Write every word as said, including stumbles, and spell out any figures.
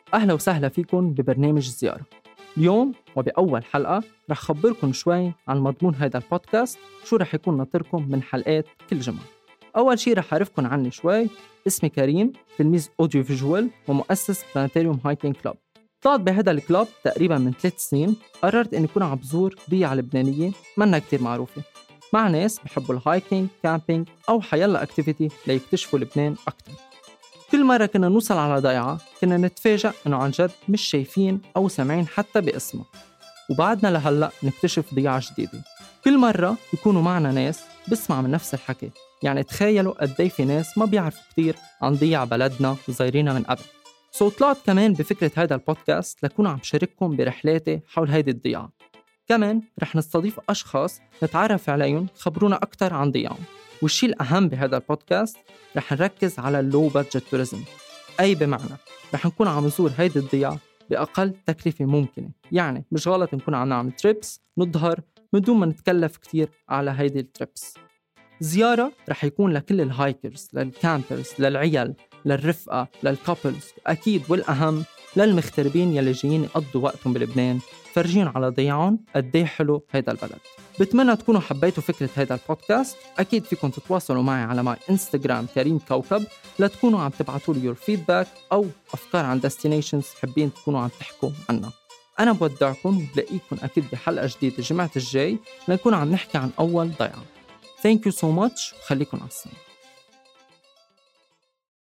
أهلا وسهلا فيكم ببرنامج زيارة. اليوم وبأول حلقة رح خبركم شوي عن مضمون هذا البودكاست، شو رح يكون ناطركم من حلقات كل جمعة. أول شي رح أعرفكم عني شوي. اسمي كريم، تلميذ أوديو فيجوال ومؤسس بلانتاريوم هايكينج كلاب. طلعت بهذا الكلاب تقريبا من ثلاث سنين. قررت أني أكون عم بزور ضيعة لبنانية منها كتير معروفة، مع ناس بحبوا الهايكينج، كامبينج أو حيلا أكتيفيتي ليكتشفوا لبنان أكتر. كل مرة كنا نوصل على ضيعة كنا نتفاجأ أنه عن جد مش شايفين أو سامعين حتى باسمها، وبعدنا لهلأ نكتشف ضيعة جديدة. كل مرة يكونوا معنا ناس بسمع من نفس الحكي، يعني تخيلوا قدي في ناس ما بيعرفوا كتير عن ضيعة بلدنا وزايرينها من قبل. سو طلعت كمان بفكرة هذا البودكاست لكون عم شارككم برحلاتي حول هيدي الضيعة. كمان رح نستضيف أشخاص نتعرف عليهم خبرونا أكتر عن ضيعهم. والشي الأهم بهذا البودكاست رح نركز على اللو بادجت توريزم، أي بمعنى رح نكون عم نزور هيدي الضيعة بأقل تكلفة ممكنة. يعني مش غلط نكون عم نعمل تريبس نظهر من دون ما نتكلف كتير على هيدي التريبس. زيارة رح يكون لكل الهايكرز، للكامبرز، للعيال، للرفقة، للكابلز، وأكيد والأهم للمغتربين يلي جايين يقضوا وقتهم بلبنان، فرجين على ضيعهم قديه حلو هيدا البلد. بتمنى تكونوا حبيتوا فكرة هيدا البودكاست. أكيد فيكم تتواصلوا معي على ماي إنستغرام كريم كوكب لتكونوا عم تبعتوا لي your feedback أو أفكار عن destinations حابين تكونوا عم تحكوا عنها. أنا بودعكم وبلاقيكم أكيد بحلقة جديدة الجمعة الجاي لنكون عم نحكي عن أول ضيعة. Thank you so much وخليكم على السلامة.